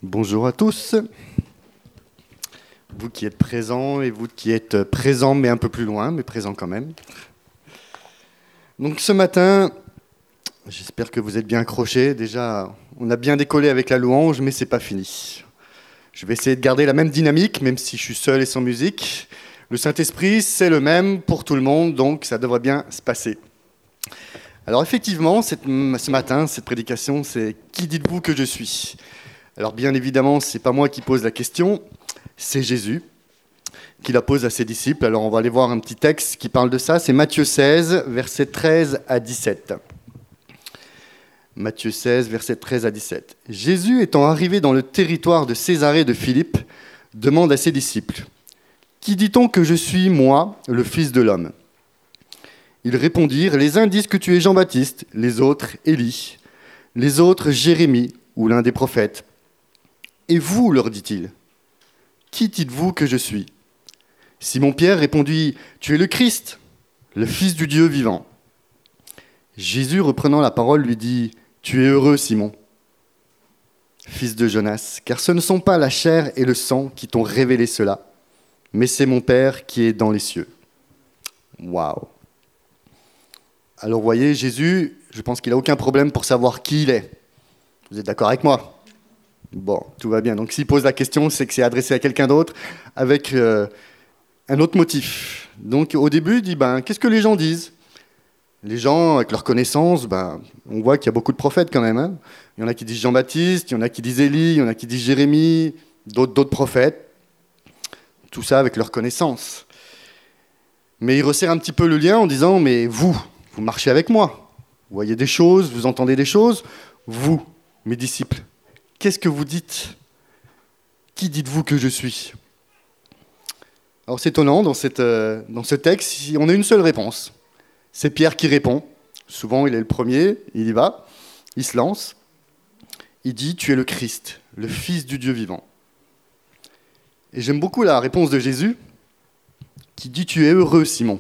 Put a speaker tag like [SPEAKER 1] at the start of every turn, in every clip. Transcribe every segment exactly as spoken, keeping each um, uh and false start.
[SPEAKER 1] Bonjour à tous, vous qui êtes présents et vous qui êtes présents mais un peu plus loin, mais présents quand même. Donc ce matin, j'espère que vous êtes bien accrochés. Déjà, on a bien décollé avec la louange, mais c'est pas fini. Je vais essayer de garder la même dynamique, même si je suis seul et sans musique. Le Saint-Esprit, c'est le même pour tout le monde, donc ça devrait bien se passer. Alors effectivement, cette, ce matin, cette prédication, c'est « Qui dites-vous que je suis ?» Alors bien évidemment, ce n'est pas moi qui pose la question, c'est Jésus qui la pose à ses disciples. Alors on va aller voir un petit texte qui parle de ça, c'est Matthieu seize, versets treize à dix-sept. Matthieu seize, versets treize à dix-sept. Jésus étant arrivé dans le territoire de Césarée de Philippe, demande à ses disciples « Qui dit-on que je suis, moi, le Fils de l'homme ?» Ils répondirent « Les uns disent que tu es Jean-Baptiste, les autres Élie, les autres Jérémie ou l'un des prophètes. » Et vous, leur dit-il, qui dites-vous que je suis ? Simon-Pierre répondit, tu es le Christ, le Fils du Dieu vivant. Jésus, reprenant la parole, lui dit, tu es heureux, Simon, fils de Jonas, car ce ne sont pas la chair et le sang qui t'ont révélé cela, mais c'est mon Père qui est dans les cieux. Waouh ! Alors, vous voyez, Jésus, je pense qu'il n'a aucun problème pour savoir qui il est. Vous êtes d'accord avec moi ? Bon, tout va bien. Donc s'il pose la question, c'est que c'est adressé à quelqu'un d'autre avec euh, un autre motif. Donc au début, il dit, ben, qu'est-ce que les gens disent ? Les gens, avec leur connaissance, ben, on voit qu'il y a beaucoup de prophètes quand même. Hein. Il y en a qui disent Jean-Baptiste, il y en a qui disent Élie, il y en a qui disent Jérémie, d'autres, d'autres prophètes. Tout ça avec leur connaissance. Mais il resserre un petit peu le lien en disant, mais vous, vous marchez avec moi. Vous voyez des choses, vous entendez des choses. Vous, mes disciples, qu'est-ce que vous dites ? Qui dites-vous que je suis ? Alors c'est étonnant, dans, cette, euh, dans ce texte, on a une seule réponse. C'est Pierre qui répond. Souvent, il est le premier, il y va, il se lance. Il dit, tu es le Christ, le Fils du Dieu vivant. Et j'aime beaucoup la réponse de Jésus, qui dit, tu es heureux, Simon.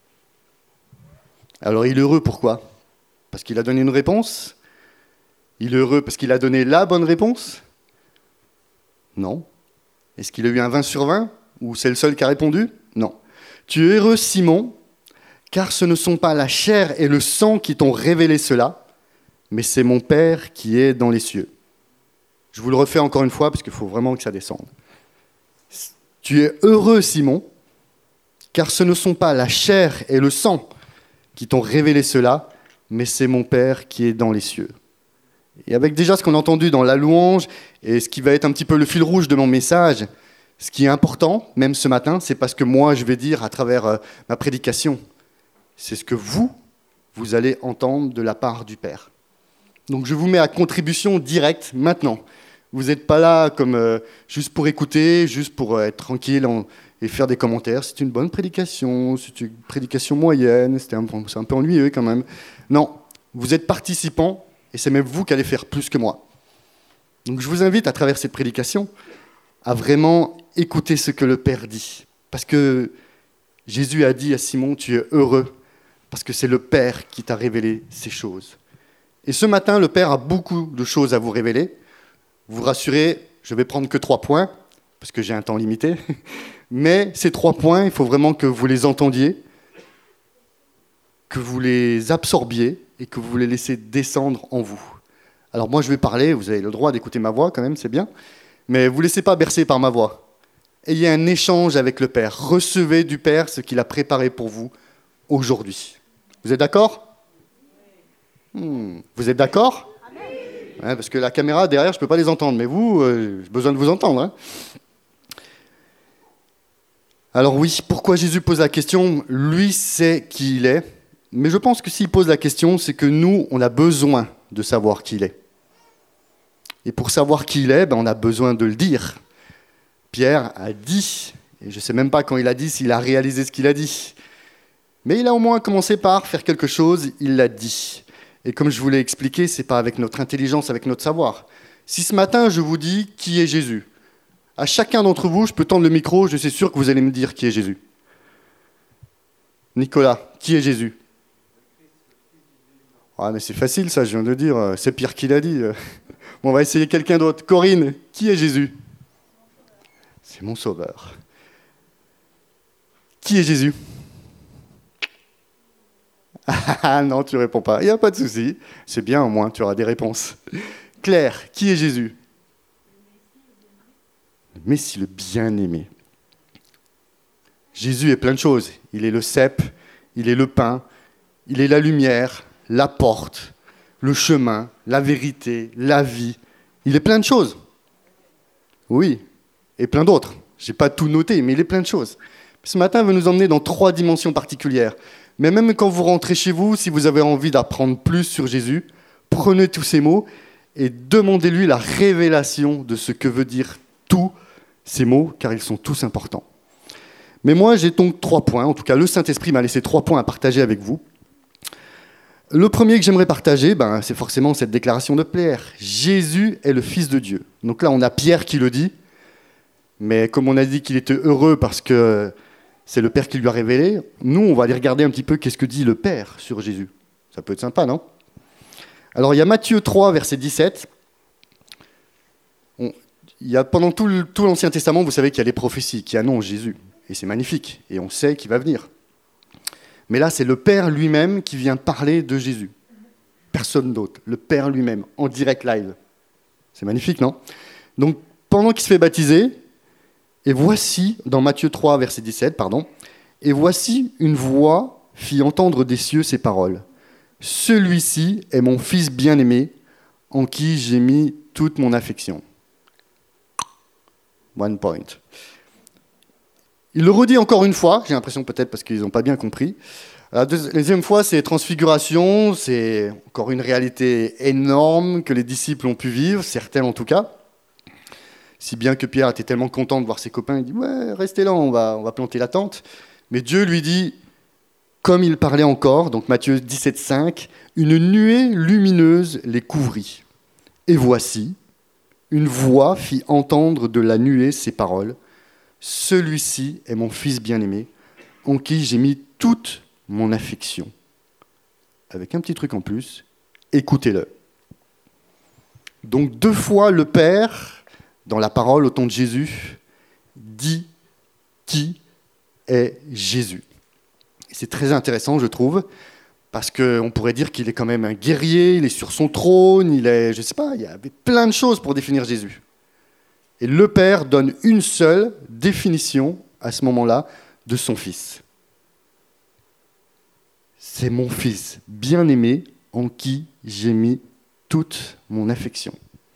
[SPEAKER 1] Alors il est heureux, pourquoi ? Parce qu'il a donné une réponse ? Il est heureux parce qu'il a donné la bonne réponse ? Non. Est-ce qu'il a eu un vingt sur vingt ? Ou c'est le seul qui a répondu ? Non. Tu es heureux, Simon, car ce ne sont pas la chair et le sang qui t'ont révélé cela, mais c'est mon Père qui est dans les cieux. Je vous le refais encore une fois, parce qu'il faut vraiment que ça descende. Tu es heureux, Simon, car ce ne sont pas la chair et le sang qui t'ont révélé cela, mais c'est mon Père qui est dans les cieux. Et avec déjà ce qu'on a entendu dans la louange, et ce qui va être un petit peu le fil rouge de mon message, ce qui est important, même ce matin, c'est parce que moi, je vais dire à travers euh, ma prédication, c'est ce que vous, vous allez entendre de la part du Père. Donc je vous mets à contribution directe maintenant. Vous n'êtes pas là comme euh, juste pour écouter, juste pour euh, être tranquille en, et faire des commentaires. C'est une bonne prédication, c'est une prédication moyenne, c'était un, c'est un peu ennuyeux quand même. Non, vous êtes participants. Et c'est même vous qui allez faire plus que moi. Donc je vous invite, à travers cette prédication, à vraiment écouter ce que le Père dit. Parce que Jésus a dit à Simon, tu es heureux, parce que c'est le Père qui t'a révélé ces choses. Et ce matin, le Père a beaucoup de choses à vous révéler. Vous rassurez, je vais prendre que trois points, parce que j'ai un temps limité. Mais ces trois points, il faut vraiment que vous les entendiez, que vous les absorbiez, et que vous les laissez descendre en vous. Alors moi, je vais parler, vous avez le droit d'écouter ma voix quand même, c'est bien, mais vous ne laissez pas bercer par ma voix. Ayez un échange avec le Père. Recevez du Père ce qu'il a préparé pour vous aujourd'hui. Vous êtes d'accord ? hmm. Vous êtes d'accord ? Ouais, parce que la caméra, derrière, je ne peux pas les entendre, mais vous, euh, j'ai besoin de vous entendre. Hein. Alors oui, pourquoi Jésus pose la question ? Lui sait qui il est. Mais je pense que s'il pose la question, c'est que nous, on a besoin de savoir qui il est. Et pour savoir qui il est, ben on a besoin de le dire. Pierre a dit, et je ne sais même pas quand il a dit, s'il a réalisé ce qu'il a dit. Mais il a au moins commencé par faire quelque chose, il l'a dit. Et comme je vous l'ai expliqué, ce n'est pas avec notre intelligence, avec notre savoir. Si ce matin, je vous dis qui est Jésus, à chacun d'entre vous, je peux tendre le micro, je suis sûr que vous allez me dire qui est Jésus. Nicolas, qui est Jésus ? Ah, mais c'est facile, ça, je viens de dire. C'est Pierre qui l'a dit. Bon, on va essayer quelqu'un d'autre. Corinne, Qui est Jésus? C'est mon sauveur. Qui est Jésus? Ah non, tu réponds pas. Il n'y a pas de souci. C'est bien, au moins, tu auras des réponses. Claire, qui est Jésus? Le Messie, le bien-aimé. Jésus est plein de choses. Il est le cep, il est le pain, il est la lumière, la porte, le chemin, la vérité, la vie. Il est plein de choses. Oui, et plein d'autres. Je n'ai pas tout noté, mais il est plein de choses. Ce matin, il va nous emmener dans trois dimensions particulières. Mais même quand vous rentrez chez vous, si vous avez envie d'apprendre plus sur Jésus, prenez tous ces mots et demandez-lui la révélation de ce que veut dire tous ces mots, car ils sont tous importants. Mais moi, j'ai donc trois points. En tout cas, le Saint-Esprit m'a laissé trois points à partager avec vous. Le premier que j'aimerais partager, ben, c'est forcément cette déclaration de Pierre. Jésus est le Fils de Dieu. Donc là, on a Pierre qui le dit. Mais comme on a dit qu'il était heureux parce que c'est le Père qui lui a révélé, nous, on va aller regarder un petit peu qu'est-ce que dit le Père sur Jésus. Ça peut être sympa, non? Alors, il y a Matthieu trois, verset dix-sept. On, il y a, pendant tout, le, tout l'Ancien Testament, vous savez qu'il y a les prophéties qui annoncent Jésus. Et c'est magnifique. Et on sait qu'il va venir. Mais là, c'est le Père lui-même qui vient parler de Jésus. Personne d'autre. Le Père lui-même, en direct live. C'est magnifique, non? Donc, pendant qu'il se fait baptiser, et voici, dans Matthieu trois, verset dix-sept, pardon, et voici une voix fit entendre des cieux ces paroles. Celui-ci est mon Fils bien-aimé, en qui j'ai mis toute mon affection. One point. Il le redit encore une fois, j'ai l'impression peut-être parce qu'ils n'ont pas bien compris. La deuxième fois, c'est transfiguration, c'est encore une réalité énorme que les disciples ont pu vivre, certains en tout cas. Si bien que Pierre était tellement content de voir ses copains, il dit « Ouais, restez là, on va, on va planter la tente ». Mais Dieu lui dit, comme il parlait encore, donc Matthieu dix-sept, cinq, « Une nuée lumineuse les couvrit. Et voici, une voix fit entendre de la nuée ces paroles. Celui-ci est mon Fils bien-aimé, en qui j'ai mis toute mon affection. » Avec un petit truc en plus, écoutez-le. Donc deux fois le Père, dans la parole au ton de Jésus, dit qui est Jésus. Et c'est très intéressant, je trouve, parce qu'on pourrait dire qu'il est quand même un guerrier, il est sur son trône, il est, je ne sais pas, il y avait plein de choses pour définir Jésus. Et le Père donne une seule définition, à ce moment-là, de son Fils. C'est mon Fils bien-aimé en qui j'ai mis toute mon affection.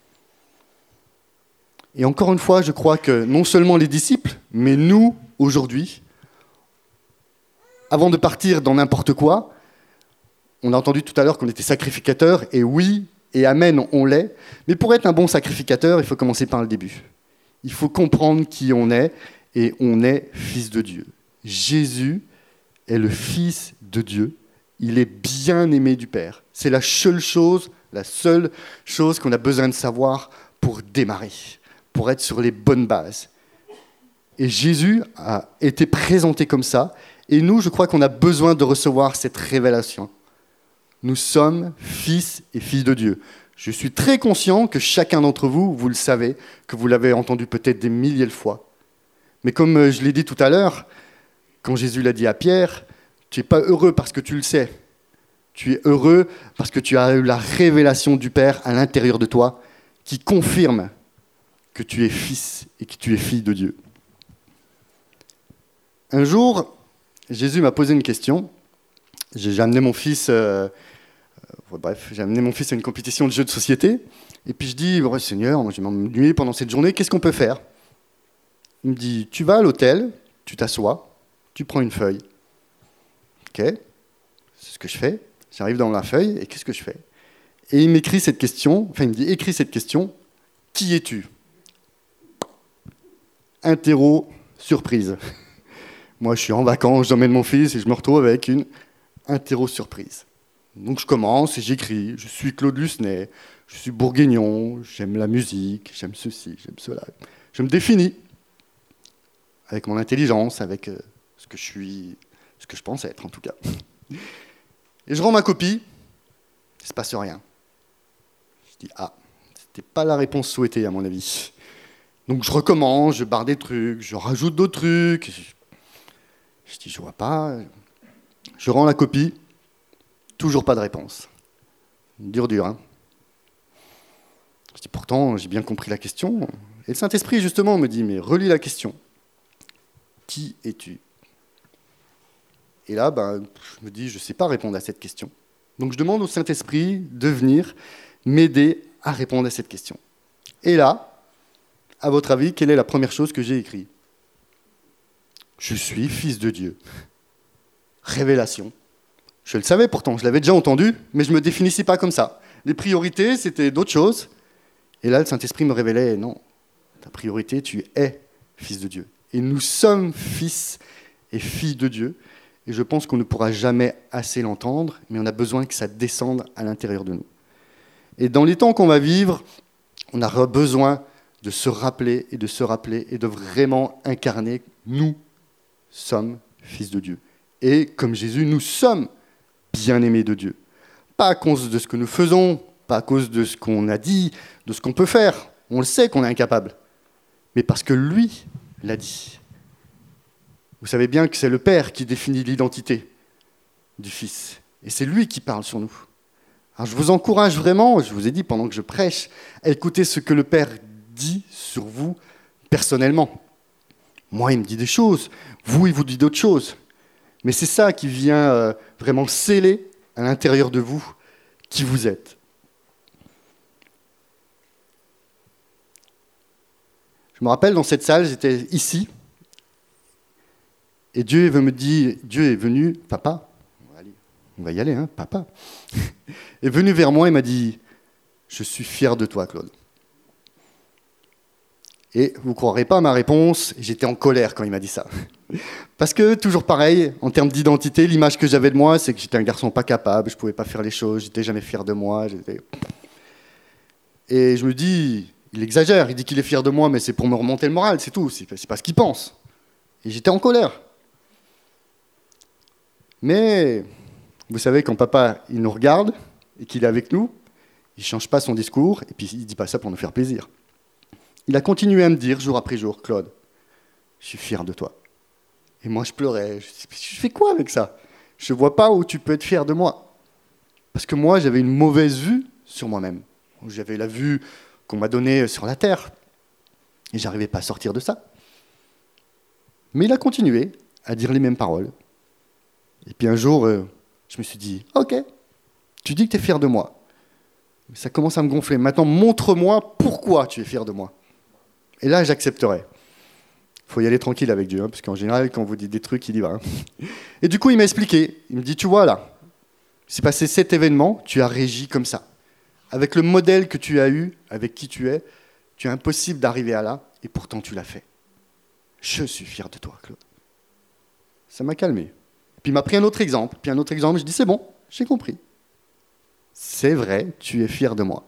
[SPEAKER 1] Et encore une fois, je crois que non seulement les disciples, mais nous, aujourd'hui, avant de partir dans n'importe quoi, on a entendu tout à l'heure qu'on était sacrificateur, et oui, et amen, on l'est. Mais pour être un bon sacrificateur, il faut commencer par le début. Il faut comprendre qui on est, et on est fils de Dieu. Jésus est le Fils de Dieu. Il est bien-aimé du Père. C'est la seule chose, la seule chose qu'on a besoin de savoir pour démarrer, pour être sur les bonnes bases. Et Jésus a été présenté comme ça, et nous, je crois qu'on a besoin de recevoir cette révélation. Nous sommes fils et filles de Dieu. Je suis très conscient que chacun d'entre vous, vous le savez, que vous l'avez entendu peut-être des milliers de fois. Mais comme je l'ai dit tout à l'heure, quand Jésus l'a dit à Pierre, tu n'es pas heureux parce que tu le sais. Tu es heureux parce que tu as eu la révélation du Père à l'intérieur de toi qui confirme que tu es fils et que tu es fille de Dieu. Un jour, Jésus m'a posé une question. J'ai amené mon fils, euh, euh, bref, j'ai amené mon fils à une compétition de jeux de société. Et puis je dis, oh, Seigneur, moi je vais m'ennuyer pendant cette journée, qu'est-ce qu'on peut faire? Il me dit, tu vas à l'hôtel, tu t'assois, tu prends une feuille. Ok, c'est ce que je fais. J'arrive dans la feuille, et qu'est-ce que je fais? Et il m'écrit cette question, enfin il me dit, écris cette question, qui es-tu? Interro, surprise. Moi, je suis en vacances, j'emmène mon fils et je me retrouve avec une interro surprise. Donc, je commence et j'écris. Je suis Claude Lucenay, je suis bourguignon, j'aime la musique, j'aime ceci, j'aime cela. Je me définis avec mon intelligence, avec euh, ce que je suis, ce que je pense être en tout cas. Et je rends ma copie, il ne se passe rien. Je dis, ah, c'était pas la réponse souhaitée à mon avis. Donc je recommence, je barre des trucs, je rajoute d'autres trucs. Je dis, je vois pas. Je rends la copie, toujours pas de réponse. Dur, dur, hein. Je dis, pourtant, j'ai bien compris la question. Et le Saint-Esprit, justement, me dit, mais relis la question. Qui es-tu ? Et là, ben, je me dis, je ne sais pas répondre à cette question. Donc je demande au Saint-Esprit de venir m'aider à répondre à cette question. Et là, à votre avis, quelle est la première chose que j'ai écrite ? Je suis fils de Dieu. Révélation. Je le savais pourtant, je l'avais déjà entendu, mais je ne me définissais pas comme ça. Les priorités, c'était d'autres choses. Et là, le Saint-Esprit me révélait, non, ta priorité, tu es fils de Dieu. Et nous sommes fils et filles de Dieu. Et je pense qu'on ne pourra jamais assez l'entendre, mais on a besoin que ça descende à l'intérieur de nous. Et dans les temps qu'on va vivre, on a besoin de se rappeler et de se rappeler et de vraiment incarner, nous sommes fils de Dieu. Et comme Jésus, nous sommes bien-aimés de Dieu. Pas à cause de ce que nous faisons, pas à cause de ce qu'on a dit, de ce qu'on peut faire. On le sait qu'on est incapable. Mais parce que lui l'a dit. Vous savez bien que c'est le Père qui définit l'identité du Fils. Et c'est lui qui parle sur nous. Alors je vous encourage vraiment, je vous ai dit pendant que je prêche, à écouter ce que le Père dit sur vous personnellement. Moi, il me dit des choses. Vous, il vous dit d'autres choses. Mais c'est ça qui vient euh, vraiment sceller à l'intérieur de vous qui vous êtes. Je me rappelle, dans cette salle, j'étais ici, et Dieu me dit, Dieu est venu, papa, on va y aller, hein, papa, est venu vers moi et m'a dit, je suis fier de toi, Claude. Et vous ne croirez pas à ma réponse, j'étais en colère quand il m'a dit ça. Parce que, toujours pareil, en termes d'identité, l'image que j'avais de moi, c'est que j'étais un garçon pas capable, je ne pouvais pas faire les choses, je n'étais jamais fier de moi. J'étais... Et je me dis, il exagère, il dit qu'il est fier de moi, mais c'est pour me remonter le moral, c'est tout, c'est, c'est pas ce qu'il pense. Et j'étais en colère. Mais, vous savez, quand papa, il nous regarde, et qu'il est avec nous, il ne change pas son discours, et puis il ne dit pas ça pour nous faire plaisir. Il a continué à me dire, jour après jour, Claude, je suis fier de toi. Et moi, je pleurais. Je dis, je fais quoi avec ça ? Je ne vois pas où tu peux être fier de moi. Parce que moi, j'avais une mauvaise vue sur moi-même. J'avais la vue qu'on m'a donnée sur la terre. Et je n'arrivais pas à sortir de ça. Mais il a continué à dire les mêmes paroles. Et puis un jour, euh, je me suis dit, ok, tu dis que tu es fier de moi. Mais ça commence à me gonfler. Maintenant, montre-moi pourquoi tu es fier de moi. Et là, j'accepterai. Il faut y aller tranquille avec Dieu, hein, parce qu'en général, quand vous dites des trucs, il y va. Hein. Et du coup, il m'a expliqué. Il me dit, tu vois, là, c'est passé cet événement, tu as régi comme ça. Avec le modèle que tu as eu, avec qui tu es, tu es impossible d'arriver à là, et pourtant tu l'as fait. Je suis fier de toi, Claude. Ça m'a calmé. Puis il m'a pris un autre exemple, puis un autre exemple, je dis, c'est bon, j'ai compris. C'est vrai, tu es fier de moi.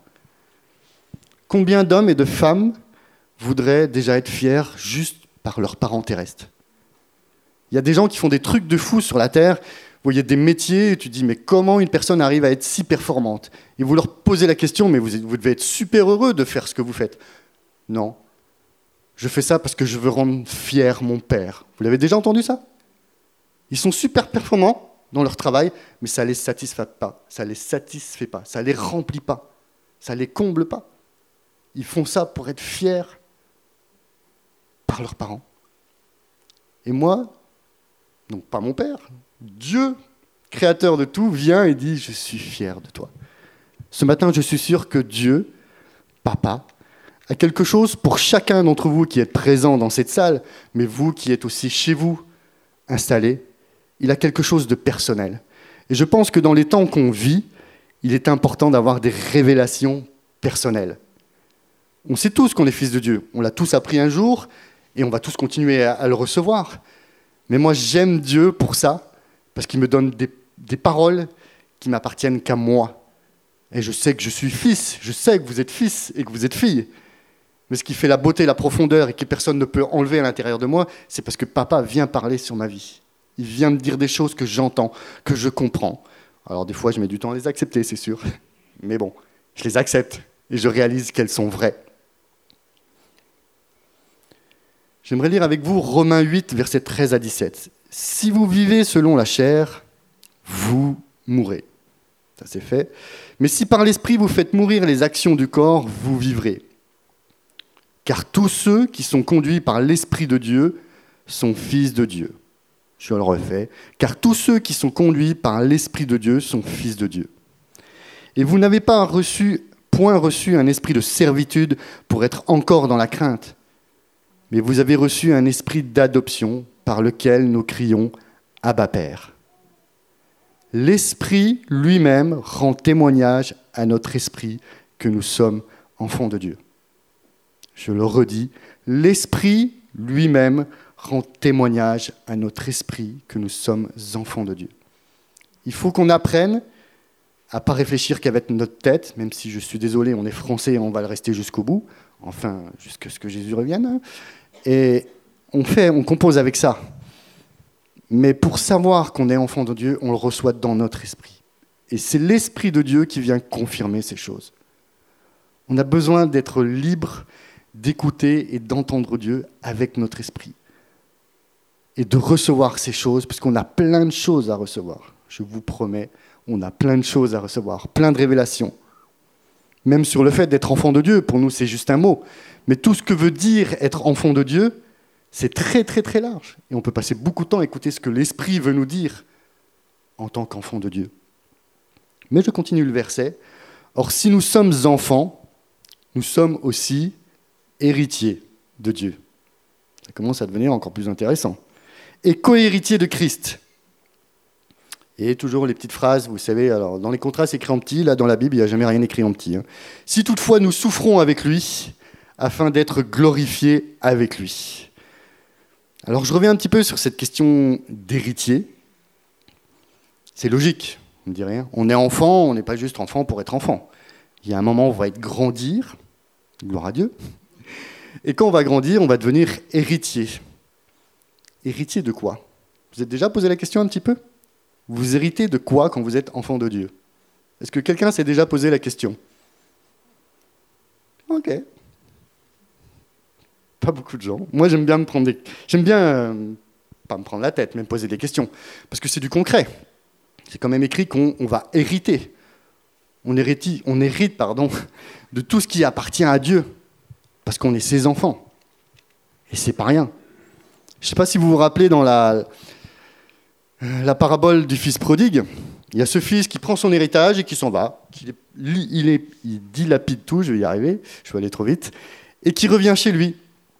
[SPEAKER 1] Combien d'hommes et de femmes voudraient déjà être fiers juste par leurs parents terrestres ? Il y a des gens qui font des trucs de fou sur la terre. Vous voyez des métiers, et tu te dis, mais comment une personne arrive à être si performante ? Et vous leur posez la question, mais vous, vous devez être super heureux de faire ce que vous faites. Non. Je fais ça parce que je veux rendre fier mon père. Vous l'avez déjà entendu ça ? Ils sont super performants dans leur travail, mais ça ne les satisfait pas, ça ne les satisfait pas, ça ne les remplit pas, ça ne les comble pas. Ils font ça pour être fiers par leurs parents. Et moi, donc pas mon père, Dieu, créateur de tout, vient et dit « Je suis fier de toi ». Ce matin, je suis sûr que Dieu, papa, a quelque chose pour chacun d'entre vous qui êtes présents dans cette salle, mais vous qui êtes aussi chez vous, installés, il a quelque chose de personnel. Et je pense que dans les temps qu'on vit, il est important d'avoir des révélations personnelles. On sait tous qu'on est fils de Dieu. On l'a tous appris un jour et on va tous continuer à, à le recevoir. Mais moi, j'aime Dieu pour ça, parce qu'il me donne des, des paroles qui m'appartiennent qu'à moi. Et je sais que je suis fils, je sais que vous êtes fils et que vous êtes fille. Mais ce qui fait la beauté, la profondeur et que personne ne peut enlever à l'intérieur de moi, c'est parce que papa vient parler sur ma vie. Il vient me dire des choses que j'entends, que je comprends. Alors des fois, je mets du temps à les accepter, c'est sûr. Mais bon, je les accepte et je réalise qu'elles sont vraies. J'aimerais lire avec vous Romains huit, versets treize à dix-sept. « Si vous vivez selon la chair, vous mourrez. » Ça c'est fait. « Mais si par l'esprit vous faites mourir les actions du corps, vous vivrez. Car tous ceux qui sont conduits par l'Esprit de Dieu sont fils de Dieu. » Je le refais. « Car tous ceux qui sont conduits par l'Esprit de Dieu sont fils de Dieu. Et vous n'avez pas reçu, point reçu un esprit de servitude pour être encore dans la crainte, mais vous avez reçu un esprit d'adoption par lequel nous crions « Abba Père ». L'Esprit lui-même rend témoignage à notre esprit que nous sommes enfants de Dieu. Je le redis, l'Esprit lui-même rend témoignage à notre esprit que nous sommes enfants de Dieu. Il faut qu'on apprenne à ne pas réfléchir qu'avec notre tête, même si je suis désolé, on est français et on va le rester jusqu'au bout, enfin, jusqu'à ce que Jésus revienne. Et on fait, on compose avec ça. Mais pour savoir qu'on est enfant de Dieu, on le reçoit dans notre esprit. Et c'est l'Esprit de Dieu qui vient confirmer ces choses. On a besoin d'être libre, d'écouter et d'entendre Dieu avec notre esprit. Et de recevoir ces choses, parce qu'on a plein de choses à recevoir. Je vous promets, on a plein de choses à recevoir, plein de révélations. Même sur le fait d'être enfant de Dieu, pour nous c'est juste un mot. Mais tout ce que veut dire être enfant de Dieu, c'est très très très large. Et on peut passer beaucoup de temps à écouter ce que l'Esprit veut nous dire en tant qu'enfant de Dieu. Mais je continue le verset. « Or, si nous sommes enfants, nous sommes aussi héritiers de Dieu. » Ça commence à devenir encore plus intéressant. « Et co-héritiers de Christ. » Et toujours les petites phrases, vous savez, alors dans les contrats c'est écrit en petit, là dans la Bible il n'y a jamais rien écrit en petit. Hein. « Si toutefois nous souffrons avec lui, afin d'être glorifiés avec lui. » Alors je reviens un petit peu sur cette question d'héritier. C'est logique, vous me direz. On est enfant, on n'est pas juste enfant pour être enfant. Il y a un moment où on va être grandir, gloire à Dieu. Et quand on va grandir, on va devenir héritier. Héritier de quoi? Vous êtes déjà posé la question un petit peu? Vous héritez de quoi quand vous êtes enfant de Dieu? Est-ce que quelqu'un s'est déjà posé la question? Ok. Pas beaucoup de gens. Moi, j'aime bien me prendre des... J'aime bien, euh, pas me prendre la tête, mais me poser des questions. Parce que c'est du concret. C'est quand même écrit qu'on on va hériter. On hérite, on hérite pardon, de tout ce qui appartient à Dieu. Parce qu'on est ses enfants. Et c'est pas rien. Je ne sais pas si vous vous rappelez dans la, la parabole du fils prodigue, il y a ce fils qui prend son héritage et qui s'en va. Il, est, il, est, il dilapide tout, je vais y arriver, je vais aller trop vite, et qui revient chez lui.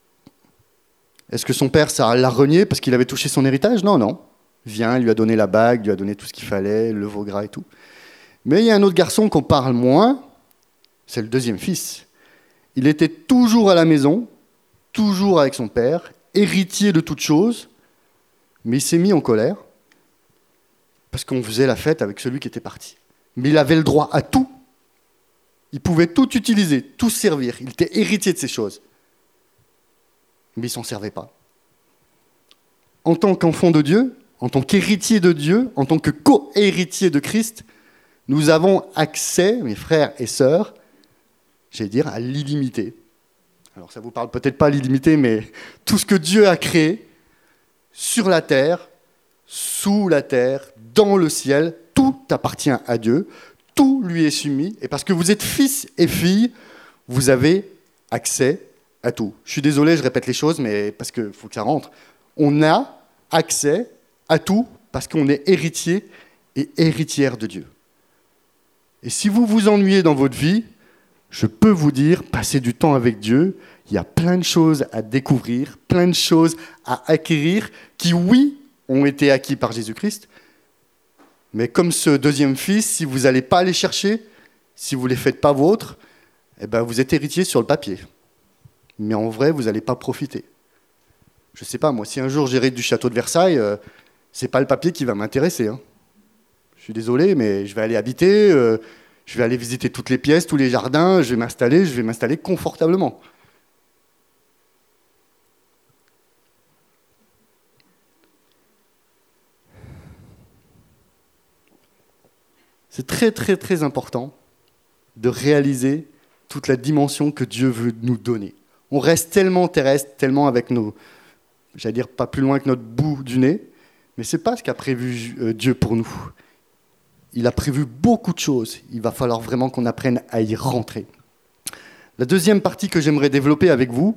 [SPEAKER 1] Est-ce que son père, ça l'a renié parce qu'il avait touché son héritage? Non, non. Vient, il lui a donné la bague, lui a donné tout ce qu'il fallait, le veau gras et tout. Mais il y a un autre garçon qu'on parle moins, c'est le deuxième fils. Il était toujours à la maison, toujours avec son père, héritier de toutes choses, mais il s'est mis en colère parce qu'on faisait la fête avec celui qui était parti. Mais il avait le droit à tout. Il pouvait tout utiliser, tout servir. Il était héritier de ces choses. Mais il ne s'en servait pas. En tant qu'enfant de Dieu, en tant qu'héritier de Dieu, en tant que co-héritier de Christ, nous avons accès, mes frères et sœurs, j'allais dire, à l'illimité. Alors ça ne vous parle peut-être pas l'illimité, mais tout ce que Dieu a créé, sur la terre, sous la terre, dans le ciel, tout appartient à Dieu, tout lui est soumis, et parce que vous êtes fils et filles, vous avez accès à tout. Je suis désolé, je répète les choses, mais parce qu'il faut que ça rentre. On a accès à tout parce qu'on est héritier et héritière de Dieu. Et si vous vous ennuyez dans votre vie, je peux vous dire, passez du temps avec Dieu, il y a plein de choses à découvrir, plein de choses à acquérir, qui, oui, ont été acquis par Jésus-Christ, mais comme ce deuxième fils, si vous n'allez pas les chercher, si vous ne les faites pas vôtres, eh ben vous êtes héritier sur le papier. Mais en vrai, vous n'allez pas profiter. Je ne sais pas, moi, si un jour j'hérite du château de Versailles, euh, ce n'est pas le papier qui va m'intéresser. Hein. Je suis désolé, mais je vais aller habiter, euh, je vais aller visiter toutes les pièces, tous les jardins, je vais m'installer, je vais m'installer confortablement. C'est très, très, très important de réaliser toute la dimension que Dieu veut nous donner. On reste tellement terrestre, tellement avec nos, j'allais dire pas plus loin que notre bout du nez, mais ce n'est pas ce qu'a prévu euh, Dieu pour nous. Il a prévu beaucoup de choses. Il va falloir vraiment qu'on apprenne à y rentrer. La deuxième partie que j'aimerais développer avec vous,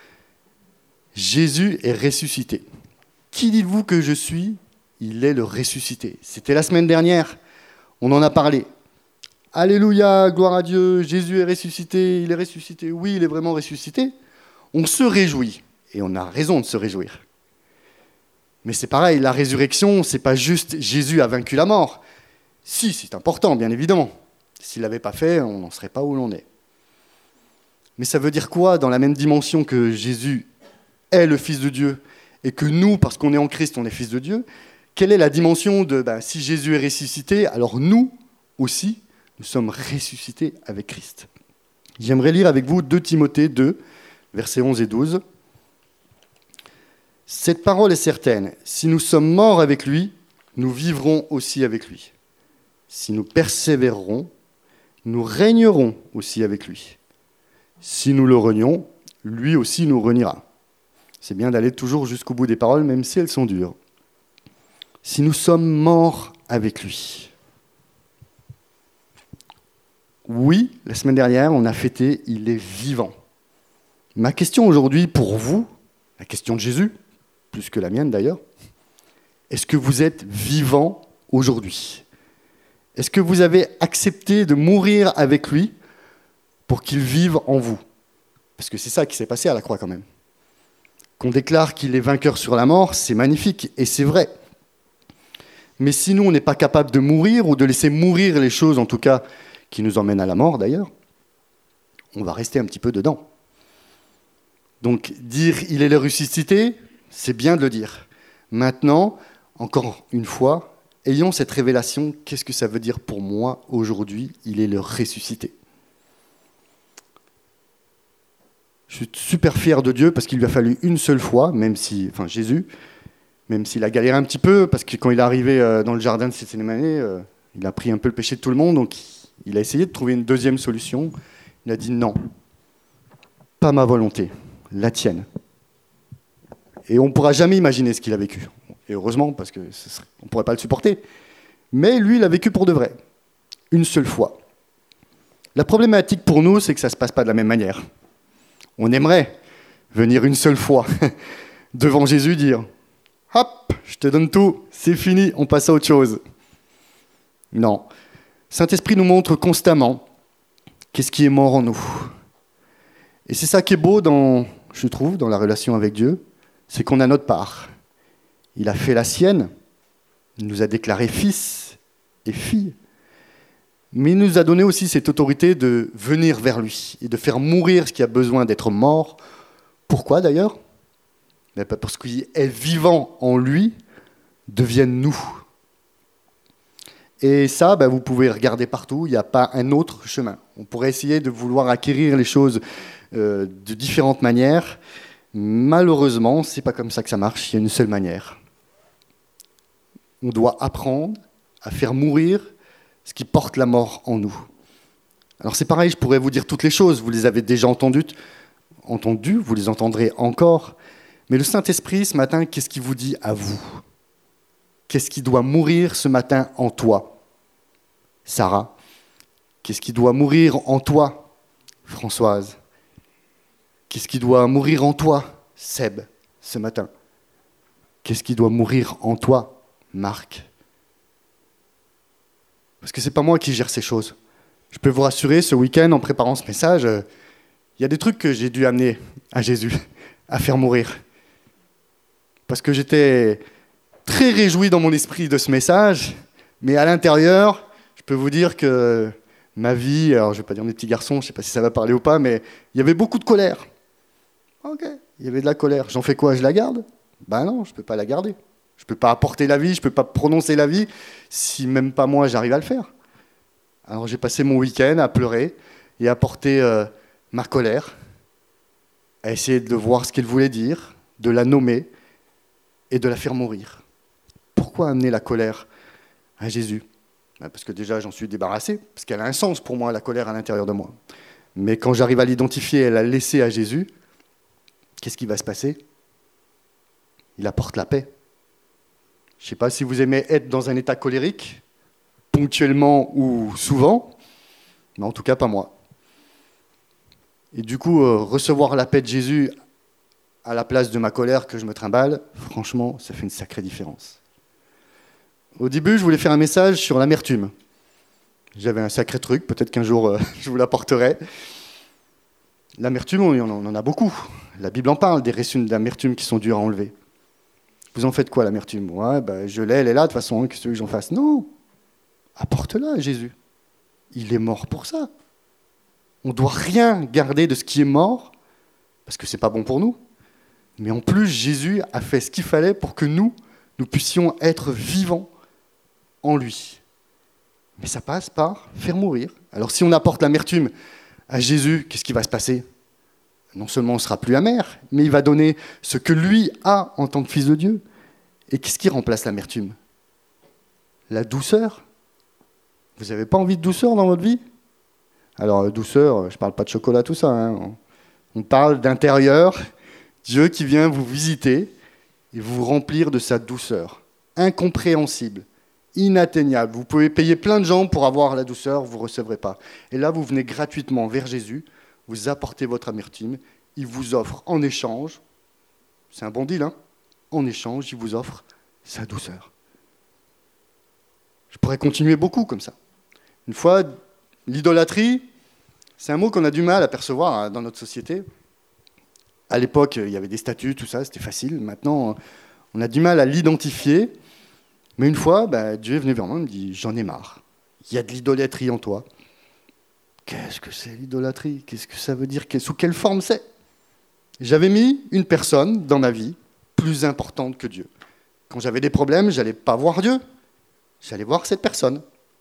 [SPEAKER 1] Jésus est ressuscité. Qui dites-vous que je suis ? Il est le ressuscité. C'était la semaine dernière, on en a parlé. Alléluia, gloire à Dieu, Jésus est ressuscité, il est ressuscité. Oui, il est vraiment ressuscité. On se réjouit, et on a raison de se réjouir. Mais c'est pareil, la résurrection, c'est pas juste Jésus a vaincu la mort. Si, c'est important, bien évidemment. S'il ne l'avait pas fait, on n'en serait pas où l'on est. Mais ça veut dire quoi, dans la même dimension que Jésus est le Fils de Dieu, et que nous, parce qu'on est en Christ, on est Fils de Dieu, quelle est la dimension de, ben, si Jésus est ressuscité, alors nous aussi, nous sommes ressuscités avec Christ. J'aimerais lire avec vous deux Timothée deux, versets onze et douze. « Cette parole est certaine, si nous sommes morts avec lui, nous vivrons aussi avec lui. Si nous persévérerons, nous régnerons aussi avec lui. Si nous le renions, lui aussi nous reniera. » C'est bien d'aller toujours jusqu'au bout des paroles, même si elles sont dures. Si nous sommes morts avec lui. Oui, la semaine dernière, on a fêté « Il est vivant ». Ma question aujourd'hui pour vous, la question de Jésus, plus que la mienne d'ailleurs, est-ce que vous êtes vivant aujourd'hui ? Est-ce que vous avez accepté de mourir avec lui pour qu'il vive en vous ? Parce que c'est ça qui s'est passé à la croix quand même. Qu'on déclare qu'il est vainqueur sur la mort, c'est magnifique et c'est vrai. Mais si nous, on n'est pas capable de mourir ou de laisser mourir les choses, en tout cas, qui nous emmènent à la mort d'ailleurs, on va rester un petit peu dedans. Donc dire « il est le ressuscité », c'est bien de le dire. Maintenant, encore une fois, ayons cette révélation, qu'est-ce que ça veut dire pour moi aujourd'hui, il est le ressuscité. Je suis super fier de Dieu parce qu'il lui a fallu une seule fois, même si, enfin Jésus, même s'il a galéré un petit peu, parce que quand il est arrivé dans le jardin de Gethsémani, il a pris un peu le péché de tout le monde, donc il a essayé de trouver une deuxième solution. Il a dit non, pas ma volonté, la tienne. Et on ne pourra jamais imaginer ce qu'il a vécu. Et heureusement, parce qu'on ne pourrait pas le supporter. Mais lui, il a vécu pour de vrai, une seule fois. La problématique pour nous, c'est que ça ne se passe pas de la même manière. On aimerait venir une seule fois devant Jésus dire « Hop, je te donne tout, c'est fini, on passe à autre chose. » Non. Saint-Esprit nous montre constamment qu'est-ce qui est mort en nous. Et c'est ça qui est beau, dans, je trouve, dans la relation avec Dieu, c'est qu'on a notre part. Il a fait la sienne, il nous a déclarés fils et filles, mais il nous a donné aussi cette autorité de venir vers lui et de faire mourir ce qui a besoin d'être mort. Pourquoi d'ailleurs ? Parce qu'il est vivant en lui, devienne nous. Et ça, ben, vous pouvez regarder partout, il n'y a pas un autre chemin. On pourrait essayer de vouloir acquérir les choses euh, de différentes manières. Malheureusement, ce n'est pas comme ça que ça marche, il y a une seule manière. On doit apprendre à faire mourir ce qui porte la mort en nous. Alors c'est pareil, je pourrais vous dire toutes les choses, vous les avez déjà entendues, entendues, vous les entendrez encore. Mais le Saint-Esprit, ce matin, qu'est-ce qu'il vous dit à vous ? Qu'est-ce qui doit mourir ce matin en toi ? Sarah. Qu'est-ce qui doit mourir en toi ? Françoise. Qu'est-ce qui doit mourir en toi ? Seb, ce matin. Qu'est-ce qui doit mourir en toi ? Marc. Parce que ce n'est pas moi qui gère ces choses. Je peux vous rassurer, ce week-end, en préparant ce message, il euh, y a des trucs que j'ai dû amener à Jésus, à faire mourir. Parce que j'étais très réjoui dans mon esprit de ce message, mais à l'intérieur, je peux vous dire que ma vie, alors je ne vais pas dire mes petits garçons, je ne sais pas si ça va parler ou pas, mais il y avait beaucoup de colère. Ok, il y avait de la colère. J'en fais quoi ? Je la garde ? Ben non, je ne peux pas la garder. Je ne peux pas apporter la vie, je ne peux pas prononcer la vie si même pas moi j'arrive à le faire. Alors j'ai passé mon week-end à pleurer et à porter euh, ma colère, à essayer de voir ce qu'elle voulait dire, de la nommer et de la faire mourir. Pourquoi amener la colère à Jésus ? Parce que déjà j'en suis débarrassé, parce qu'elle a un sens pour moi, la colère à l'intérieur de moi. Mais quand j'arrive à l'identifier et à la laisser à Jésus, qu'est-ce qui va se passer ? il apporte la paix. Je ne sais pas si vous aimez être dans un état colérique, ponctuellement ou souvent, mais en tout cas pas moi. Et du coup, euh, recevoir la paix de Jésus à la place de ma colère que je me trimballe, franchement, ça fait une sacrée différence. Au début, je voulais faire un message sur l'amertume. J'avais un sacré truc, peut-être qu'un jour euh, je vous l'apporterai. L'amertume, on en a beaucoup. La Bible en parle, des récits d'amertume qui sont durs à enlever. Vous en faites quoi, l'amertume? Ouais, ben, je l'ai, elle est là, de toute façon, qu'est-ce que j'en fasse? Non, apporte-la à Jésus. Il est mort pour ça. On ne doit rien garder de ce qui est mort, parce que ce n'est pas bon pour nous. Mais en plus, Jésus a fait ce qu'il fallait pour que nous, nous puissions être vivants en lui. Mais ça passe par faire mourir. Alors si on apporte l'amertume à Jésus, qu'est-ce qui va se passer? Non seulement on ne sera plus amer, mais il va donner ce que lui a en tant que fils de Dieu. Et qu'est-ce qui remplace l'amertume? La douceur. Vous n'avez pas envie de douceur dans votre vie? Alors douceur, je ne parle pas de chocolat, tout ça. Hein. On parle d'intérieur, Dieu qui vient vous visiter et vous remplir de sa douceur. Incompréhensible, inatteignable. Vous pouvez payer plein de gens pour avoir la douceur, vous ne recevrez pas. Et là, vous venez gratuitement vers Jésus, vous apportez votre amertume, il vous offre en échange, c'est un bon deal, hein, en échange, il vous offre sa douceur. Je pourrais continuer beaucoup comme ça. Une fois, l'idolâtrie, c'est un mot qu'on a du mal à percevoir dans notre société. À l'époque, il y avait des statuts, tout ça, c'était facile. Maintenant, on a du mal à l'identifier. Mais une fois, bah, Dieu est venu vers moi et me dit « J'en ai marre. Il y a de l'idolâtrie en toi. » Qu'est-ce que c'est l'idolâtrie? Qu'est-ce que ça veut dire? Sous quelle forme c'est? J'avais mis une personne dans ma vie plus importante que Dieu. Quand j'avais des problèmes, je n'allais pas voir Dieu. J'allais voir cette personne.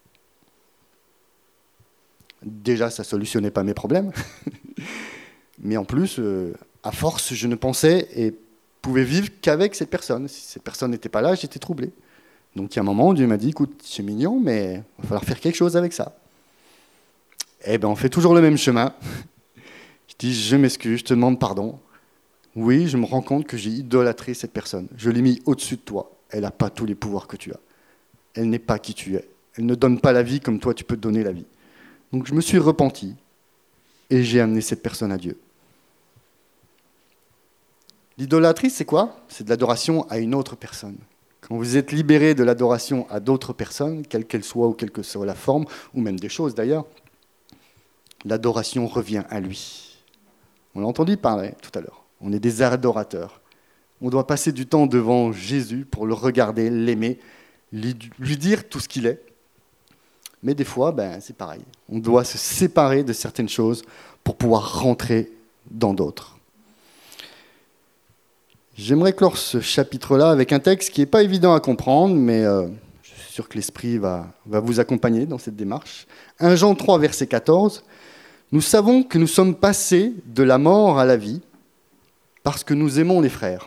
[SPEAKER 1] Déjà, ça ne solutionnait pas mes problèmes. Mais en plus, euh, à force, je ne pensais et pouvais vivre qu'avec cette personne. Si cette personne n'était pas là, j'étais troublé. Donc il y a un moment où Dieu m'a dit, écoute, c'est mignon, mais il va falloir faire quelque chose avec ça. Eh bien, on fait toujours le même chemin. Je dis, je m'excuse, je te demande pardon. Oui, je me rends compte que j'ai idolâtré cette personne. Je l'ai mis au-dessus de toi. Elle n'a pas tous les pouvoirs que tu as. Elle n'est pas qui tu es. Elle ne donne pas la vie comme toi, tu peux te donner la vie. Donc je me suis repenti et j'ai amené cette personne à Dieu. L'idolâtrie, c'est quoi? C'est de l'adoration à une autre personne. Quand vous êtes libéré de l'adoration à d'autres personnes, quelle qu'elle soit ou quelle que soit la forme, ou même des choses d'ailleurs, l'adoration revient à lui. On l'a entendu parler tout à l'heure. On est des adorateurs. On doit passer du temps devant Jésus pour le regarder, l'aimer, lui dire tout ce qu'il est. Mais des fois, ben, c'est pareil. On doit se séparer de certaines choses pour pouvoir rentrer dans d'autres. J'aimerais clore ce chapitre-là avec un texte qui n'est pas évident à comprendre, mais euh, je suis sûr que l'Esprit va, va vous accompagner dans cette démarche. premier Jean trois, verset quatorze. « Nous savons que nous sommes passés de la mort à la vie parce que nous aimons les frères.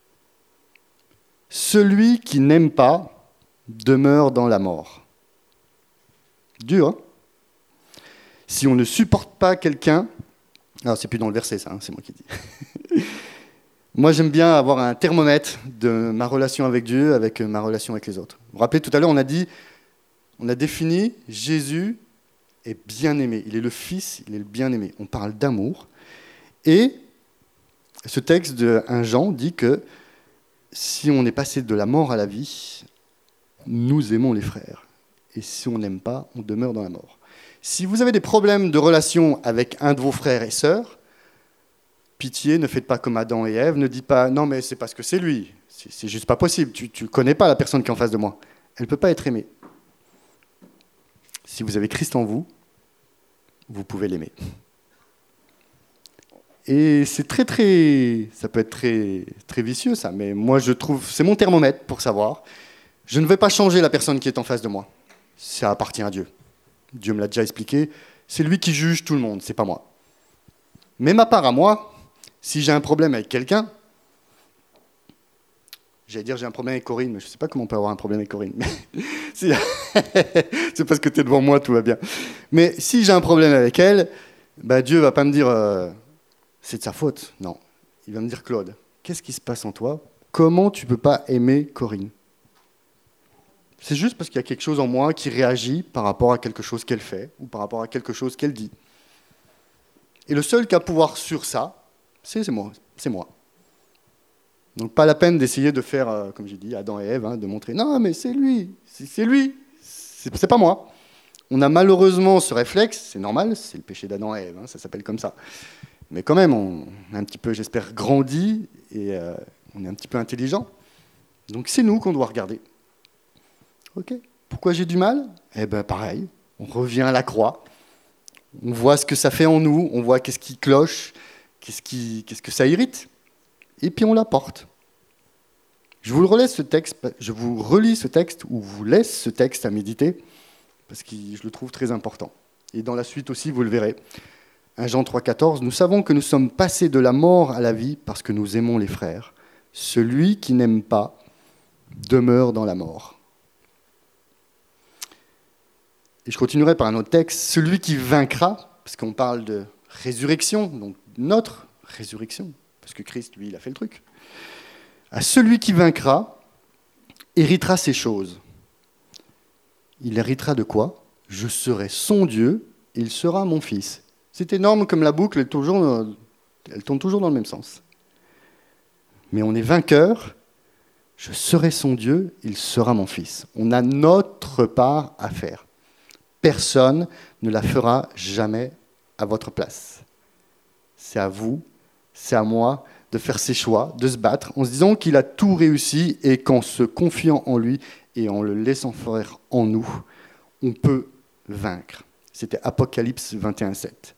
[SPEAKER 1] Celui qui n'aime pas demeure dans la mort. » Dur, hein? Si on ne supporte pas quelqu'un... Alors, c'est plus dans le verset, ça, hein, c'est moi qui dis. Moi, j'aime bien avoir un thermomètre de ma relation avec Dieu, avec ma relation avec les autres. Vous vous rappelez, tout à l'heure, on a dit, on a défini Jésus est bien-aimé. Il est le Fils, il est le bien-aimé. On parle d'amour. Et ce texte de premier Jean dit que si on est passé de la mort à la vie, nous aimons les frères. Et si on n'aime pas, on demeure dans la mort. Si vous avez des problèmes de relation avec un de vos frères et sœurs, pitié, ne faites pas comme Adam et Ève, ne dites pas « non, mais c'est parce que c'est lui, c'est, c'est juste pas possible, tu ne connais pas la personne qui est en face de moi. Elle ne peut pas être aimée. » Si vous avez Christ en vous, vous pouvez l'aimer. Et c'est très, très... ça peut être très, très vicieux, ça, mais moi, je trouve... c'est mon thermomètre pour savoir. Je ne vais pas changer la personne qui est en face de moi. Ça appartient à Dieu. Dieu me l'a déjà expliqué. C'est lui qui juge tout le monde, c'est pas moi. Mais ma part à moi, si j'ai un problème avec quelqu'un, j'allais dire j'ai un problème avec Corinne, mais je ne sais pas comment on peut avoir un problème avec Corinne. Mais si... c'est parce que tu es devant moi, tout va bien. Mais si j'ai un problème avec elle, bah Dieu ne va pas me dire euh, c'est de sa faute. Non, il va me dire Claude, qu'est-ce qui se passe en toi comment tu peux pas aimer Corinne ? C'est juste parce qu'il y a quelque chose en moi qui réagit par rapport à quelque chose qu'elle fait ou par rapport à quelque chose qu'elle dit. Et le seul qui a pouvoir sur ça, c'est, c'est moi. C'est moi. Donc pas la peine d'essayer de faire, euh, comme j'ai dit, Adam et Ève, hein, de montrer « Non, mais c'est lui, c'est, c'est lui, c'est, c'est pas moi ». On a malheureusement ce réflexe, c'est normal, c'est le péché d'Adam et Ève, hein, ça s'appelle comme ça. Mais quand même, on a un petit peu, j'espère, grandi et euh, on est un petit peu intelligent. Donc c'est nous qu'on doit regarder. Ok. Pourquoi j'ai du mal ? Eh bien pareil, on revient à la croix, on voit ce que ça fait en nous, on voit qu'est-ce qui cloche, qu'est-ce, qui, qu'est-ce que ça irrite, et puis on l'apporte. Je vous relis ce texte, je vous relis ce texte, ou vous laisse ce texte à méditer, parce que je le trouve très important. Et dans la suite aussi, vous le verrez. premier Jean trois, quatorze, « Nous savons que nous sommes passés de la mort à la vie parce que nous aimons les frères. Celui qui n'aime pas demeure dans la mort. » Et je continuerai par un autre texte. « Celui qui vaincra, parce qu'on parle de résurrection, donc notre résurrection, parce que Christ, lui, il a fait le truc. À celui qui vaincra, héritera ces choses. Il héritera de quoi ? Je serai son Dieu, il sera mon fils. » C'est énorme comme la boucle, elle, toujours, elle tourne toujours dans le même sens. Mais on est vainqueur, je serai son Dieu, il sera mon fils. On a notre part à faire. Personne ne la fera jamais à votre place. C'est à vous, c'est à moi de faire ses choix, de se battre, en se disant qu'il a tout réussi et qu'en se confiant en lui et en le laissant faire en nous, on peut vaincre. C'était Apocalypse vingt et un, sept.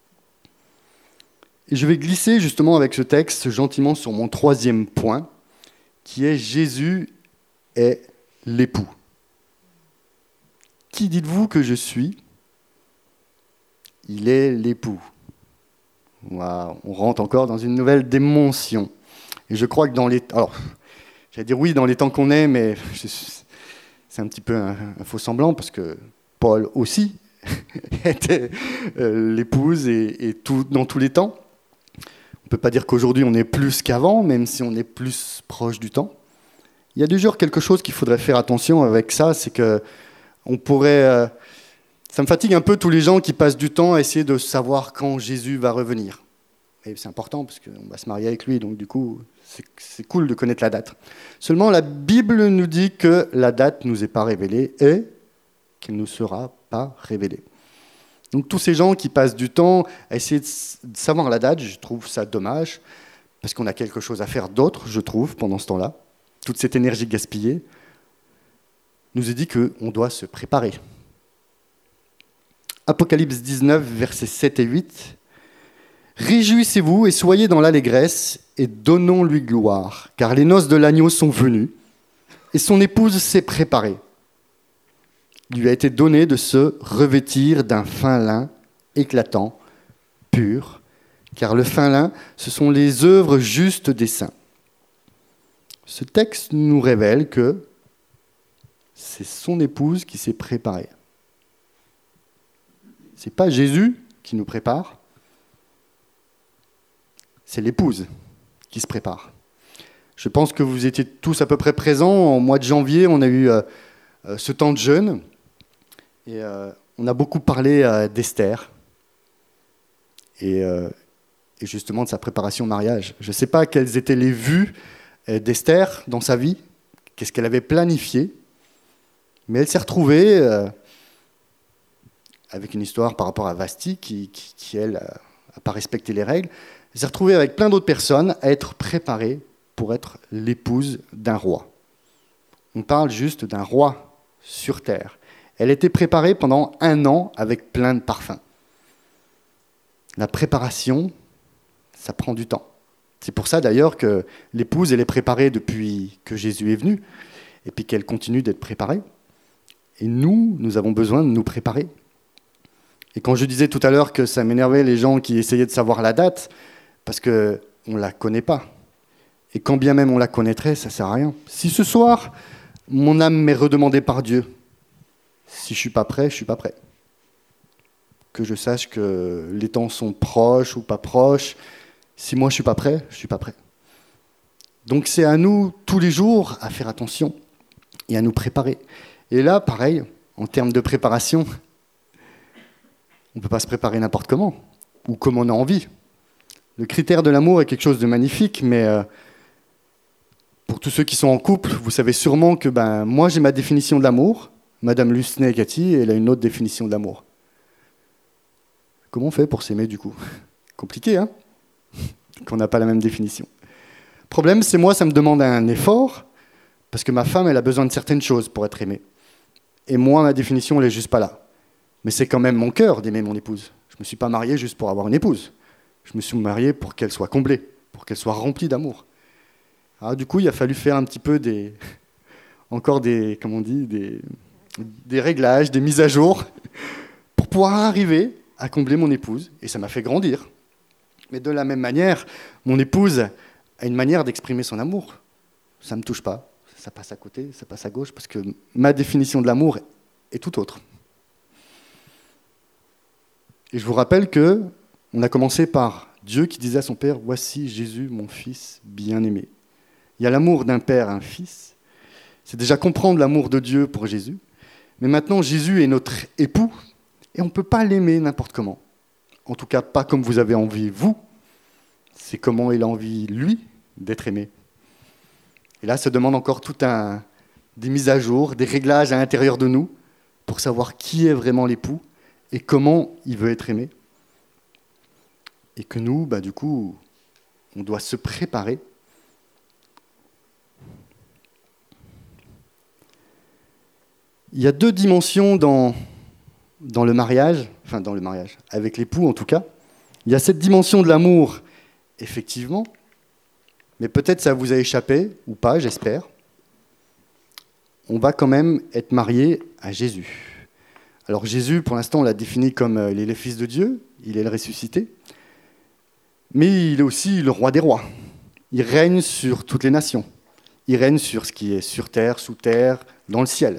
[SPEAKER 1] Et je vais glisser justement avec ce texte gentiment sur mon troisième point, qui est Jésus est l'époux. Qui dites-vous que je suis ? Il est l'époux. Wow, on rentre encore dans une nouvelle dimension. Et je crois que dans les... Alors, j'allais dire oui, dans les temps qu'on est, mais c'est un petit peu un, un faux semblant, parce que Paul aussi était euh, l'épouse et, et tout, dans tous les temps. On ne peut pas dire qu'aujourd'hui on est plus qu'avant, même si on est plus proche du temps. Il y a du genre quelque chose qu'il faudrait faire attention avec ça, c'est que on pourrait... Euh, ça me fatigue un peu tous les gens qui passent du temps à essayer de savoir quand Jésus va revenir. Et c'est important parce qu'on va se marier avec lui, donc du coup, c'est, c'est cool de connaître la date. Seulement, la Bible nous dit que la date ne nous est pas révélée et qu'elle ne sera pas révélée. Donc tous ces gens qui passent du temps à essayer de savoir la date, je trouve ça dommage, parce qu'on a quelque chose à faire d'autre, je trouve, pendant ce temps-là. Toute cette énergie gaspillée nous est dit qu'on doit se préparer. Apocalypse dix-neuf, versets sept et huit. « Réjouissez-vous et soyez dans l'allégresse et donnons-lui gloire, car les noces de l'agneau sont venues et son épouse s'est préparée. Il lui a été donné de se revêtir d'un fin lin éclatant, pur, car le fin lin, ce sont les œuvres justes des saints. » Ce texte nous révèle que c'est son épouse qui s'est préparée. Ce n'est pas Jésus qui nous prépare, c'est l'épouse qui se prépare. Je pense que vous étiez tous à peu près présents. Au mois de janvier, on a eu euh, ce temps de jeûne. Et euh, on a beaucoup parlé euh, d'Esther et, euh, et justement de sa préparation au mariage. Je ne sais pas quelles étaient les vues euh, d'Esther dans sa vie, qu'est-ce qu'elle avait planifié, mais elle s'est retrouvée euh, avec une histoire par rapport à Vasti, qui, qui, qui elle, n'a pas respecté les règles. Elle s'est retrouvée avec plein d'autres personnes à être préparée pour être l'épouse d'un roi. On parle juste d'un roi sur terre. Elle était préparée pendant un an avec plein de parfums. La préparation, ça prend du temps. C'est pour ça d'ailleurs que l'épouse, elle est préparée depuis que Jésus est venu, et puis qu'elle continue d'être préparée. Et nous, nous avons besoin de nous préparer. Et quand je disais tout à l'heure que ça m'énervait les gens qui essayaient de savoir la date, parce qu'on ne la connaît pas. Et quand bien même on la connaîtrait, ça ne sert à rien. Si ce soir, mon âme m'est redemandée par Dieu, si je ne suis pas prêt, je ne suis pas prêt. Que je sache que les temps sont proches ou pas proches. Si moi je ne suis pas prêt, je ne suis pas prêt. Donc c'est à nous, tous les jours, à faire attention et à nous préparer. Et là, pareil, en termes de préparation, on ne peut pas se préparer n'importe comment, ou comme on a envie. Le critère de l'amour est quelque chose de magnifique, mais euh, pour tous ceux qui sont en couple, vous savez sûrement que ben, moi j'ai ma définition de l'amour, Madame Lusney-Cathy, elle a une autre définition de l'amour. Comment on fait pour s'aimer du coup ? Compliqué, hein ? Qu'on n'a pas la même définition. Le problème, c'est moi, ça me demande un effort, parce que ma femme, elle a besoin de certaines choses pour être aimée. Et moi, ma définition, elle n'est juste pas là. Mais c'est quand même mon cœur d'aimer mon épouse. Je ne me suis pas marié juste pour avoir une épouse. Je me suis marié pour qu'elle soit comblée, pour qu'elle soit remplie d'amour. Alors, du coup, il a fallu faire un petit peu des... encore des... comment on dit des, des réglages, des mises à jour, pour pouvoir arriver à combler mon épouse. Et ça m'a fait grandir. Mais de la même manière, mon épouse a une manière d'exprimer son amour. Ça ne me touche pas. Ça passe à côté, ça passe à gauche, parce que ma définition de l'amour est tout autre. Et je vous rappelle qu'on a commencé par Dieu qui disait à son Père « Voici Jésus, mon Fils bien-aimé ». Il y a l'amour d'un Père à un Fils. C'est déjà comprendre l'amour de Dieu pour Jésus. Mais maintenant, Jésus est notre époux, et on ne peut pas l'aimer n'importe comment. En tout cas, pas comme vous avez envie, vous. C'est comment il a envie, lui, d'être aimé. Et là, ça demande encore tout un, des mises à jour, des réglages à l'intérieur de nous pour savoir qui est vraiment l'époux et comment il veut être aimé. Et que nous, bah, du coup, on doit se préparer. Il y a deux dimensions dans, dans le mariage, enfin dans le mariage, avec l'époux en tout cas. Il y a cette dimension de l'amour, effectivement, mais peut-être ça vous a échappé, ou pas, j'espère. On va quand même être marié à Jésus. Alors Jésus, pour l'instant, on l'a défini comme euh, il est le Fils de Dieu, il est le ressuscité, mais il est aussi le roi des rois. Il règne sur toutes les nations. Il règne sur ce qui est sur terre, sous terre, dans le ciel.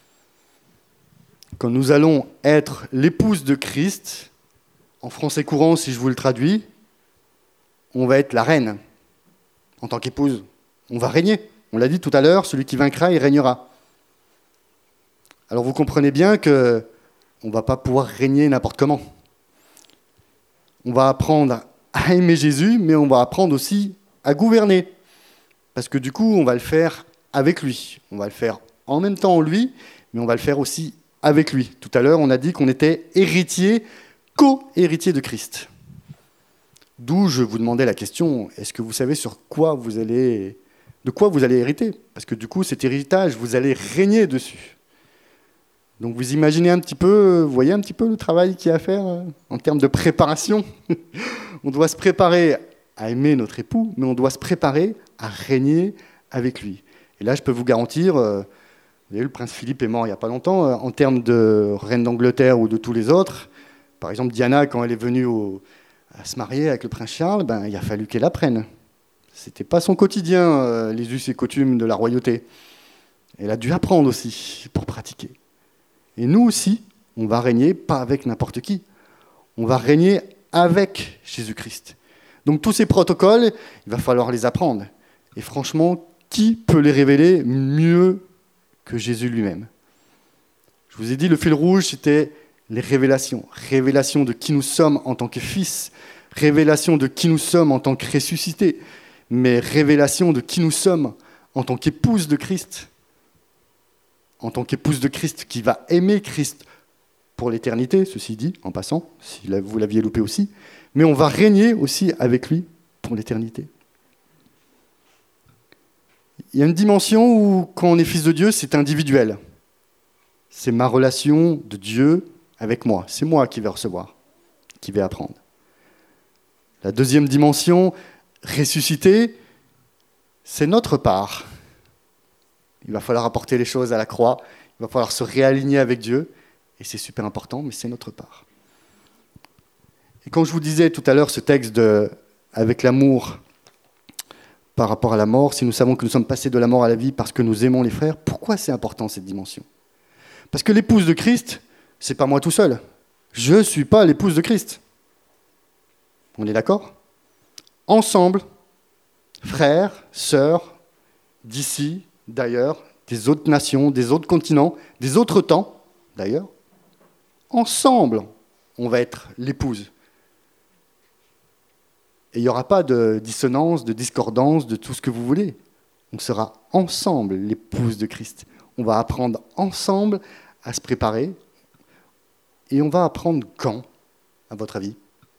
[SPEAKER 1] Quand nous allons être l'épouse de Christ, en français courant, si je vous le traduis, on va être la reine. En tant qu'épouse, on va régner. On l'a dit tout à l'heure, celui qui vaincra, il régnera. Alors vous comprenez bien qu'on ne va pas pouvoir régner n'importe comment. On va apprendre à aimer Jésus, mais on va apprendre aussi à gouverner. Parce que du coup, on va le faire avec lui. On va le faire en même temps en lui, mais on va le faire aussi avec lui. Tout à l'heure, on a dit qu'on était héritier, co-héritier de Christ. D'où je vous demandais la question, est-ce que vous savez sur quoi vous allez, de quoi vous allez hériter ? Parce que du coup, cet héritage, vous allez régner dessus. Donc vous imaginez un petit peu, vous voyez un petit peu le travail qu'il y a à faire euh, en termes de préparation. On doit se préparer à aimer notre époux, mais on doit se préparer à régner avec lui. Et là, je peux vous garantir, euh, vous voyez, le prince Philippe est mort il n'y a pas longtemps, euh, en termes de reine d'Angleterre ou de tous les autres. Par exemple, Diana, quand elle est venue au... à se marier avec le prince Charles, ben, il a fallu qu'elle apprenne. Ce n'était pas son quotidien, euh, les us et coutumes de la royauté. Elle a dû apprendre aussi pour pratiquer. Et nous aussi, on va régner pas avec n'importe qui. On va régner avec Jésus-Christ. Donc tous ces protocoles, il va falloir les apprendre. Et franchement, qui peut les révéler mieux que Jésus lui-même ? Je vous ai dit, le fil rouge, c'était les révélations. Révélation de qui nous sommes en tant que fils, révélation de qui nous sommes en tant que ressuscités, mais révélation de qui nous sommes en tant qu'épouse de Christ, en tant qu'épouse de Christ qui va aimer Christ pour l'éternité, ceci dit, en passant, si vous l'aviez loupé aussi, mais on va régner aussi avec lui pour l'éternité. Il y a une dimension où, quand on est fils de Dieu, c'est individuel. C'est ma relation de Dieu avec moi. C'est moi qui vais recevoir, qui vais apprendre. La deuxième dimension, ressuscité, c'est notre part. Il va falloir apporter les choses à la croix, il va falloir se réaligner avec Dieu, et c'est super important, mais c'est notre part. Et quand je vous disais tout à l'heure ce texte de « avec l'amour par rapport à la mort, si nous savons que nous sommes passés de la mort à la vie parce que nous aimons les frères », pourquoi c'est important cette dimension ? Parce que l'épouse de Christ, c'est pas moi tout seul. Je ne suis pas l'épouse de Christ. On est d'accord ? Ensemble, frères, sœurs, d'ici, d'ailleurs, des autres nations, des autres continents, des autres temps, d'ailleurs. Ensemble, on va être l'épouse. Et il n'y aura pas de dissonance, de discordance, de tout ce que vous voulez. On sera ensemble l'épouse de Christ. On va apprendre ensemble à se préparer. Et on va apprendre quand, à votre avis?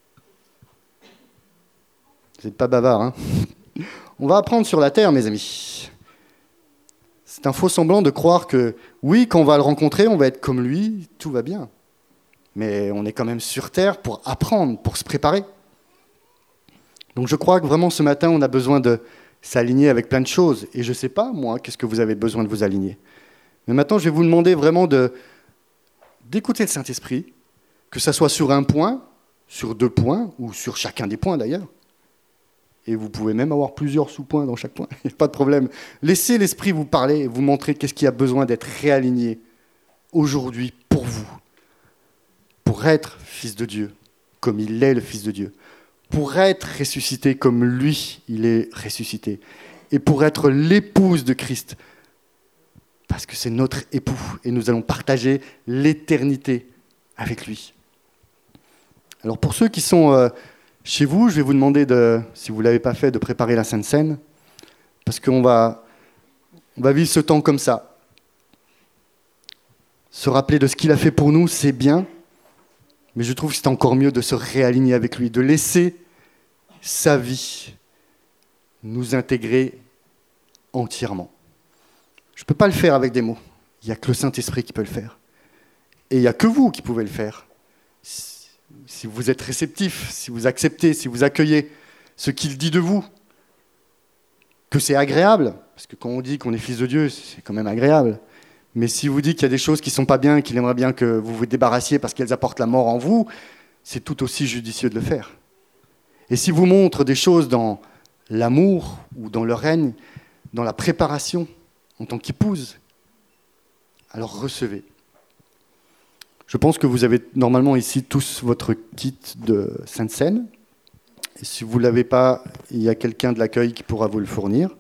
[SPEAKER 1] Vous n'êtes pas bavard, hein? On va apprendre sur la terre, mes amis. C'est un faux semblant de croire que, oui, quand on va le rencontrer, on va être comme lui, tout va bien. Mais on est quand même sur terre pour apprendre, pour se préparer. Donc je crois que vraiment ce matin, on a besoin de s'aligner avec plein de choses. Et je ne sais pas, moi, qu'est-ce que vous avez besoin de vous aligner. Mais maintenant, je vais vous demander vraiment de, d'écouter le Saint-Esprit, que ça soit sur un point, sur deux points, ou sur chacun des points d'ailleurs. Et vous pouvez même avoir plusieurs sous-points dans chaque point, il n'y a pas de problème. Laissez l'Esprit vous parler et vous montrer qu'est-ce qui a besoin d'être réaligné aujourd'hui pour vous, pour être fils de Dieu, comme il est le Fils de Dieu, pour être ressuscité comme lui, il est ressuscité, et pour être l'épouse de Christ, parce que c'est notre époux, et nous allons partager l'éternité avec lui. Alors pour ceux qui sont euh, chez vous, je vais vous demander, de, si vous ne l'avez pas fait, de préparer la Sainte Seine, parce qu'on va, on va vivre ce temps comme ça. Se rappeler de ce qu'il a fait pour nous, c'est bien, mais je trouve que c'est encore mieux de se réaligner avec lui, de laisser sa vie nous intégrer entièrement. Je ne peux pas le faire avec des mots. Il n'y a que le Saint-Esprit qui peut le faire. Et il n'y a que vous qui pouvez le faire. Si vous êtes réceptif, si vous acceptez, si vous accueillez ce qu'il dit de vous, que c'est agréable, parce que quand on dit qu'on est fils de Dieu, c'est quand même agréable. Mais si vous dites qu'il y a des choses qui ne sont pas bien, qu'il aimerait bien que vous vous débarrassiez parce qu'elles apportent la mort en vous, c'est tout aussi judicieux de le faire. Et si vous montre des choses dans l'amour ou dans le règne, dans la préparation en tant qu'épouse, alors recevez. Je pense que vous avez normalement ici tous votre kit de Sainte Seine. Et si vous ne l'avez pas, il y a quelqu'un de l'accueil qui pourra vous le fournir.